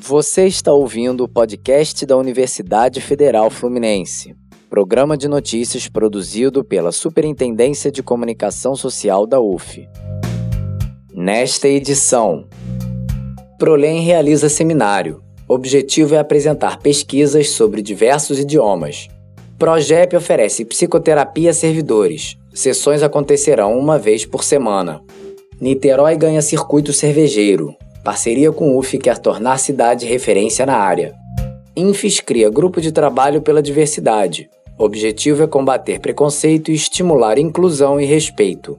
Você está ouvindo o podcast da Universidade Federal Fluminense, programa de notícias produzido pela Superintendência de Comunicação Social da UF. Nesta edição, Prolem realiza seminário. O objetivo é apresentar pesquisas sobre diversos idiomas. Progep oferece psicoterapia a servidores. Sessões acontecerão uma vez por semana. Niterói ganha circuito cervejeiro. Parceria com UF quer tornar cidade referência na área. Infes cria grupo de trabalho pela diversidade. O objetivo é combater preconceito e estimular inclusão e respeito.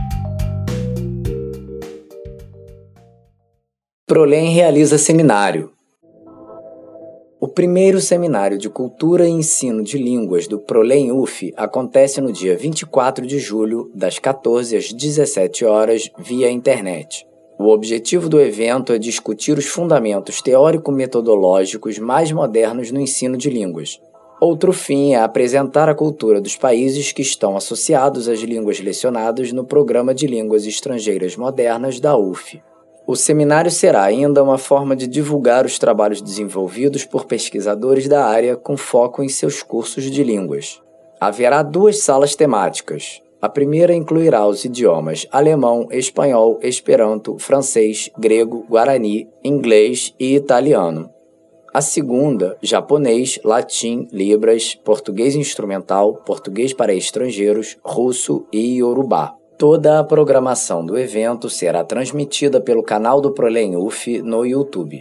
Prolem realiza seminário. O primeiro seminário de Cultura e Ensino de Línguas do Prolem UF acontece no dia 24 de julho, das 14 às 17 horas, via internet. O objetivo do evento é discutir os fundamentos teórico-metodológicos mais modernos no ensino de línguas. Outro fim é apresentar a cultura dos países que estão associados às línguas lecionadas no Programa de Línguas Estrangeiras Modernas da UF. O seminário será ainda uma forma de divulgar os trabalhos desenvolvidos por pesquisadores da área com foco em seus cursos de línguas. Haverá 2 salas temáticas. A primeira incluirá os idiomas alemão, espanhol, esperanto, francês, grego, guarani, inglês e italiano. A segunda, japonês, latim, libras, português instrumental, português para estrangeiros, russo e iorubá. Toda a programação do evento será transmitida pelo canal do Prolem UF no YouTube.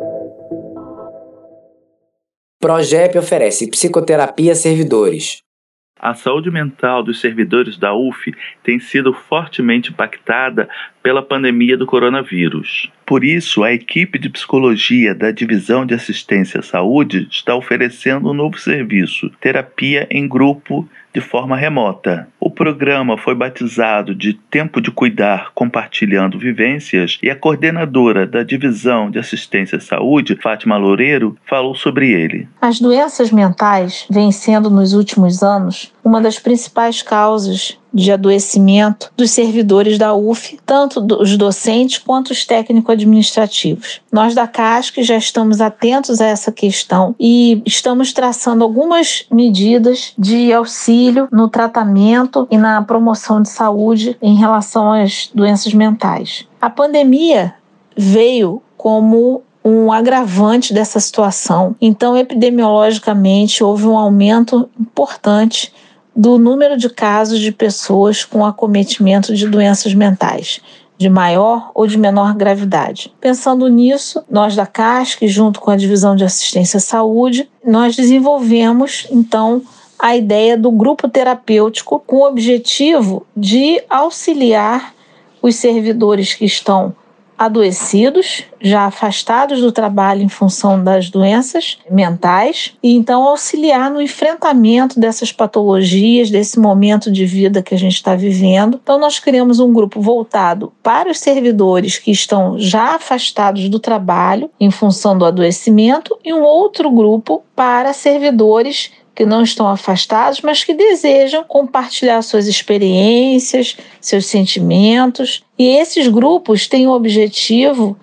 Progep oferece psicoterapia a servidores. A saúde mental dos servidores da UF tem sido fortemente impactada pela pandemia do coronavírus. Por isso, a equipe de psicologia da Divisão de Assistência à Saúde está oferecendo um novo serviço, terapia em grupo de forma remota. O programa foi batizado de Tempo de Cuidar Compartilhando Vivências e a coordenadora da Divisão de Assistência à Saúde, Fátima Loureiro, falou sobre ele. As doenças mentais vêm sendo, nos últimos anos, uma das principais causas de adoecimento dos servidores da UF, tanto os docentes quanto os técnico-administrativos. Nós da CASC já estamos atentos a essa questão e estamos traçando algumas medidas de auxílio no tratamento e na promoção de saúde em relação às doenças mentais. A pandemia veio como um agravante dessa situação. Então, epidemiologicamente, houve um aumento importante do número de casos de pessoas com acometimento de doenças mentais, de maior ou de menor gravidade. Pensando nisso, nós da CASC, junto com a Divisão de Assistência à Saúde, nós desenvolvemos, então, a ideia do grupo terapêutico com o objetivo de auxiliar os servidores que estão adoecidos, já afastados do trabalho em função das doenças mentais, e então auxiliar no enfrentamento dessas patologias, desse momento de vida que a gente está vivendo. Então nós criamos um grupo voltado para os servidores que estão já afastados do trabalho em função do adoecimento e um outro grupo para servidores que não estão afastados, mas que desejam compartilhar suas experiências, seus sentimentos. E esses grupos têm o objetivo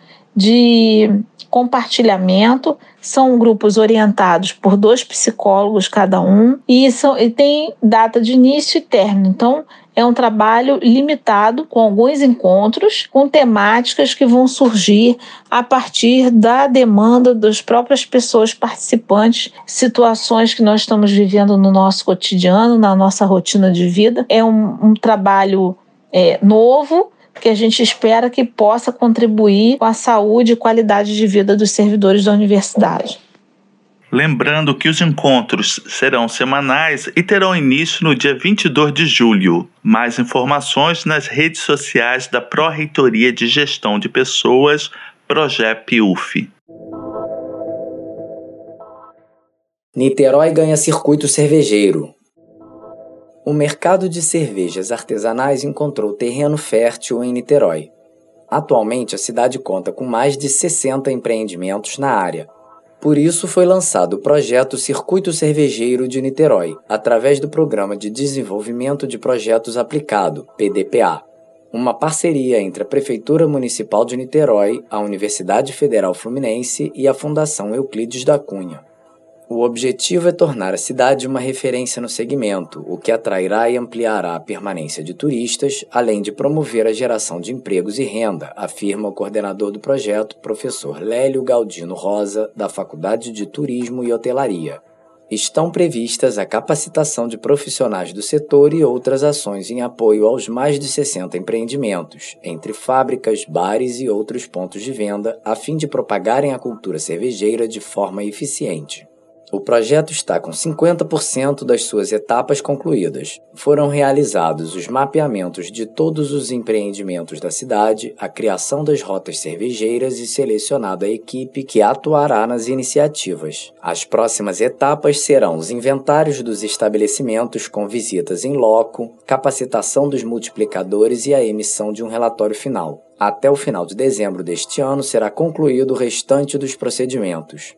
de compartilhamento, são grupos orientados por 2 psicólogos cada um, e tem data de início e término. Então, é um trabalho limitado, com alguns encontros, com temáticas que vão surgir a partir da demanda das próprias pessoas participantes, situações que nós estamos vivendo no nosso cotidiano, na nossa rotina de vida. É um trabalho novo, que a gente espera que possa contribuir com a saúde e qualidade de vida dos servidores da universidade. Lembrando que os encontros serão semanais e terão início no dia 22 de julho. Mais informações nas redes sociais da Pró-Reitoria de Gestão de Pessoas, Progep UF. Niterói ganha circuito cervejeiro. O mercado de cervejas artesanais encontrou terreno fértil em Niterói. Atualmente, a cidade conta com mais de 60 empreendimentos na área. Por isso, foi lançado o projeto Circuito Cervejeiro de Niterói, através do Programa de Desenvolvimento de Projetos Aplicado, PDPA. uma parceria entre a Prefeitura Municipal de Niterói, a Universidade Federal Fluminense e a Fundação Euclides da Cunha. O objetivo é tornar a cidade uma referência no segmento, o que atrairá e ampliará a permanência de turistas, além de promover a geração de empregos e renda, afirma o coordenador do projeto, professor Lélio Galdino Rosa, da Faculdade de Turismo e Hotelaria. Estão previstas a capacitação de profissionais do setor e outras ações em apoio aos mais de 60 empreendimentos, entre fábricas, bares e outros pontos de venda, a fim de propagarem a cultura cervejeira de forma eficiente. O projeto está com 50% das suas etapas concluídas. Foram realizados os mapeamentos de todos os empreendimentos da cidade, a criação das rotas cervejeiras e selecionada a equipe que atuará nas iniciativas. As próximas etapas serão os inventários dos estabelecimentos com visitas em loco, capacitação dos multiplicadores e a emissão de um relatório final. Até o final de dezembro deste ano será concluído o restante dos procedimentos.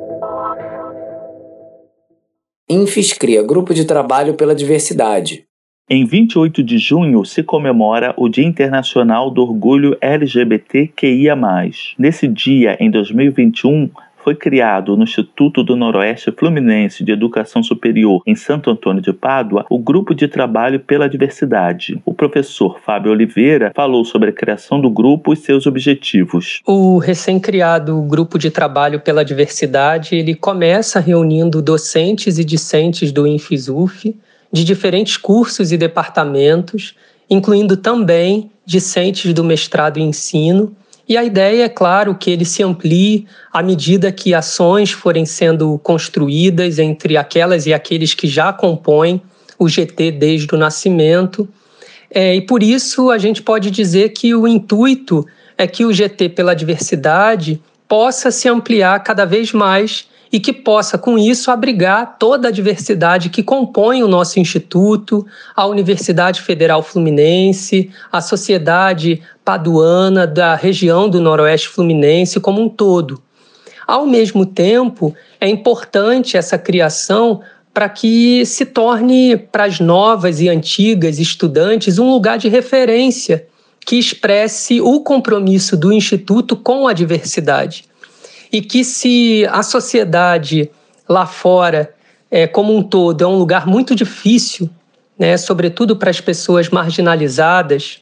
INFES cria Grupo de Trabalho pela Diversidade. Em 28 de junho se comemora o Dia Internacional do Orgulho LGBTQIA+. Nesse dia, em 2021, foi criado no Instituto do Noroeste Fluminense de Educação Superior em Santo Antônio de Pádua o Grupo de Trabalho pela Diversidade. O professor Fábio Oliveira falou sobre a criação do grupo e seus objetivos. O recém-criado Grupo de Trabalho pela Diversidade, ele começa reunindo docentes e discentes do INFES-UF, de diferentes cursos e departamentos, incluindo também discentes do mestrado em ensino. E a ideia é, claro, que ele se amplie à medida que ações forem sendo construídas entre aquelas e aqueles que já compõem o GT desde o nascimento. E por isso a gente pode dizer que o intuito é que o GT pela Diversidade possa se ampliar cada vez mais e que possa, com isso, abrigar toda a diversidade que compõe o nosso instituto, a Universidade Federal Fluminense, a sociedade paduana da região do Noroeste Fluminense como um todo. Ao mesmo tempo, é importante essa criação para que se torne para as novas e antigas estudantes um lugar de referência que expresse o compromisso do Instituto com a diversidade. E que se a sociedade lá fora, como um todo, é um lugar muito difícil, né, sobretudo para as pessoas marginalizadas,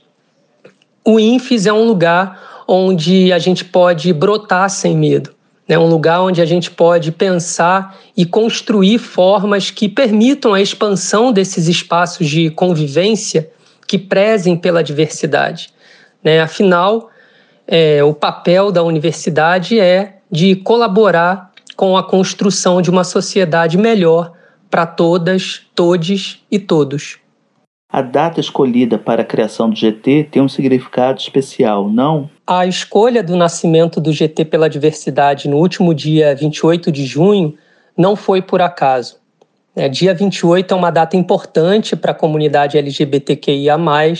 o INFES é um lugar onde a gente pode brotar sem medo, né, um lugar onde a gente pode pensar e construir formas que permitam a expansão desses espaços de convivência que prezem pela diversidade. Né? Afinal, o papel da universidade é de colaborar com a construção de uma sociedade melhor para todas, todes e todos. A data escolhida para a criação do GT tem um significado especial, não? A escolha do nascimento do GT pela Diversidade no último dia 28 de junho não foi por acaso. Dia 28 é uma data importante para a comunidade LGBTQIA+.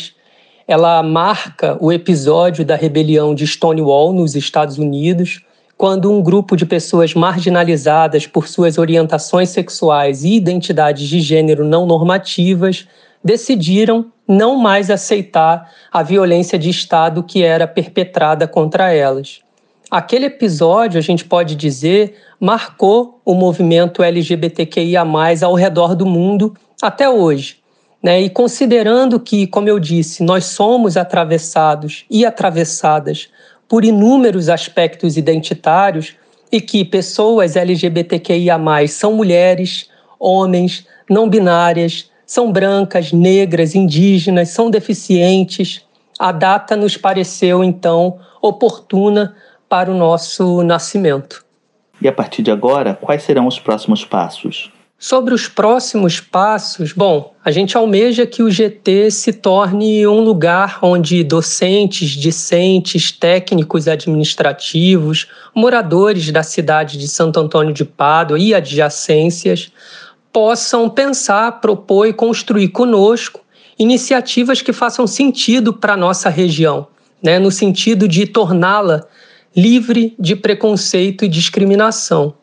Ela marca o episódio da rebelião de Stonewall nos Estados Unidos, quando um grupo de pessoas marginalizadas por suas orientações sexuais e identidades de gênero não normativas decidiram não mais aceitar a violência de Estado que era perpetrada contra elas. Aquele episódio, a gente pode dizer, marcou o movimento LGBTQIA+, ao redor do mundo até hoje. Né? E considerando que, como eu disse, nós somos atravessados e atravessadas por inúmeros aspectos identitários e que pessoas LGBTQIA+, são mulheres, homens, não binárias, são brancas, negras, indígenas, são deficientes, a data nos pareceu, então, oportuna para o nosso nascimento. E a partir de agora, quais serão os próximos passos? Sobre os próximos passos, a gente almeja que o GT se torne um lugar onde docentes, discentes, técnicos administrativos, moradores da cidade de Santo Antônio de Pádua e adjacências possam pensar, propor e construir conosco iniciativas que façam sentido para a nossa região, né, no sentido de torná-la livre de preconceito e discriminação.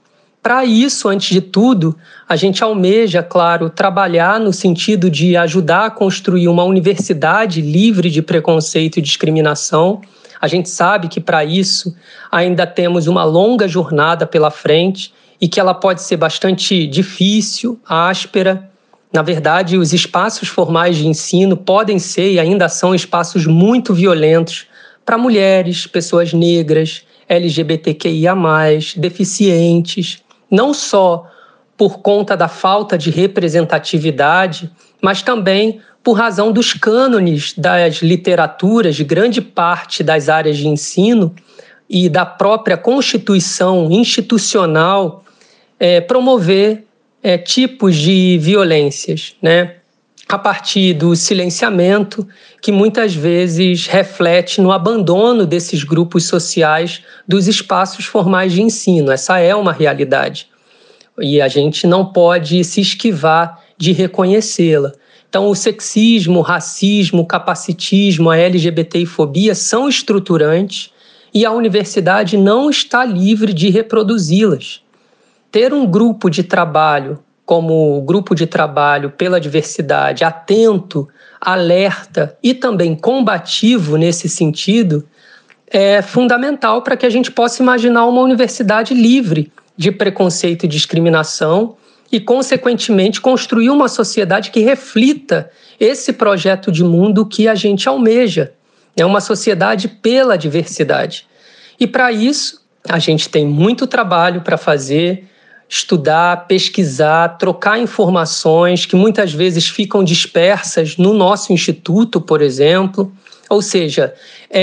Para isso, antes de tudo, a gente almeja, claro, trabalhar no sentido de ajudar a construir uma universidade livre de preconceito e discriminação. A gente sabe que, para isso, ainda temos uma longa jornada pela frente e que ela pode ser bastante difícil, áspera. Na verdade, os espaços formais de ensino podem ser e ainda são espaços muito violentos para mulheres, pessoas negras, LGBTQIA+, deficientes, não só por conta da falta de representatividade, mas também por razão dos cânones das literaturas de grande parte das áreas de ensino e da própria constituição institucional promover tipos de violências, né? A partir do silenciamento, que muitas vezes reflete no abandono desses grupos sociais dos espaços formais de ensino. Essa é uma realidade e a gente não pode se esquivar de reconhecê-la. Então, o sexismo, o racismo, o capacitismo, a LGBTfobia são estruturantes e a universidade não está livre de reproduzi-las. Ter um grupo de trabalho como o Grupo de Trabalho pela Diversidade, atento, alerta e também combativo nesse sentido, é fundamental para que a gente possa imaginar uma universidade livre de preconceito e discriminação e, consequentemente, construir uma sociedade que reflita esse projeto de mundo que a gente almeja. É uma sociedade pela diversidade. E, para isso, a gente tem muito trabalho para fazer, estudar, pesquisar, trocar informações que muitas vezes ficam dispersas no nosso instituto, por exemplo. Ou seja,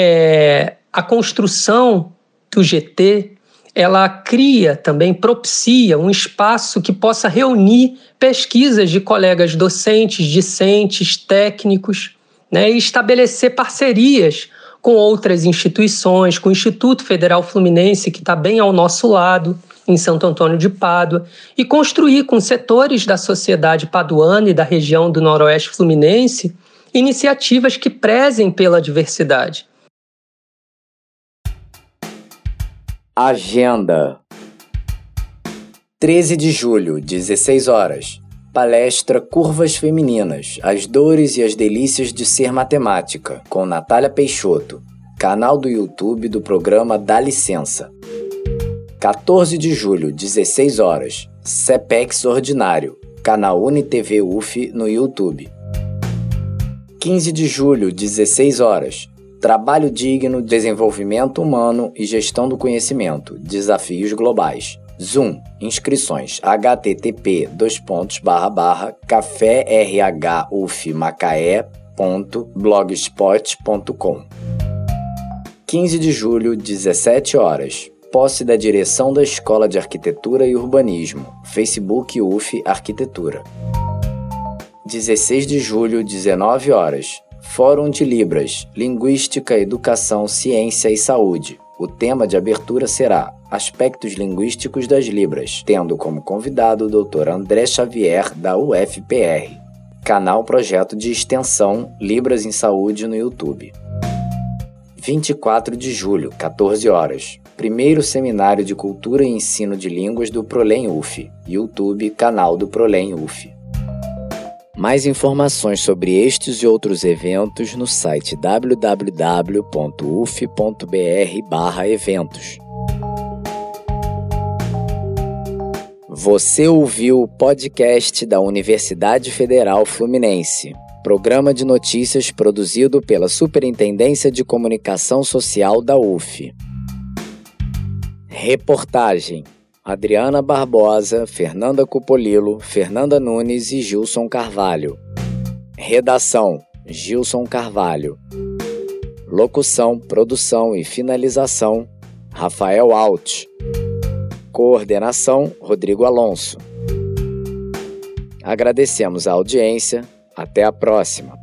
a construção do GT, ela cria também, propicia um espaço que possa reunir pesquisas de colegas docentes, discentes, técnicos, né, e estabelecer parcerias com outras instituições, com o Instituto Federal Fluminense, que está bem ao nosso lado, em Santo Antônio de Pádua, e construir com setores da sociedade paduana e da região do Noroeste Fluminense iniciativas que prezem pela diversidade. Agenda. 13 de julho, 16 horas. Palestra Curvas Femininas, as dores e as delícias de ser matemática, com Natália Peixoto, canal do YouTube do programa Dá Licença. 14 de julho, 16 horas, CPEX Ordinário, canal UniTV UF no YouTube. 15 de julho, 16 horas, Trabalho Digno, Desenvolvimento Humano e Gestão do Conhecimento, Desafios Globais. Zoom, inscrições, http://caférhufmacaé.blogspot.com. 15 de julho, 17 horas, posse da direção da Escola de Arquitetura e Urbanismo, Facebook UF Arquitetura. 16 de julho, 19 horas, Fórum de Libras, Linguística, Educação, Ciência e Saúde. O tema de abertura será Aspectos Linguísticos das Libras, tendo como convidado o Dr. André Xavier, da UFPR. Canal Projeto de Extensão Libras em Saúde no YouTube. 24 de julho, 14 horas. Primeiro Seminário de Cultura e Ensino de Línguas do Prolem UF. YouTube, canal do Prolem UF. Mais informações sobre estes e outros eventos no site www.uf.br/eventos. Você ouviu o podcast da Universidade Federal Fluminense, programa de notícias produzido pela Superintendência de Comunicação Social da UF. Reportagem: Adriana Barbosa, Fernanda Cupolillo, Fernanda Nunes e Gilson Carvalho. Redação: Gilson Carvalho. Locução, produção e finalização: Rafael Alt. Coordenação: Rodrigo Alonso. Agradecemos a audiência. Até a próxima.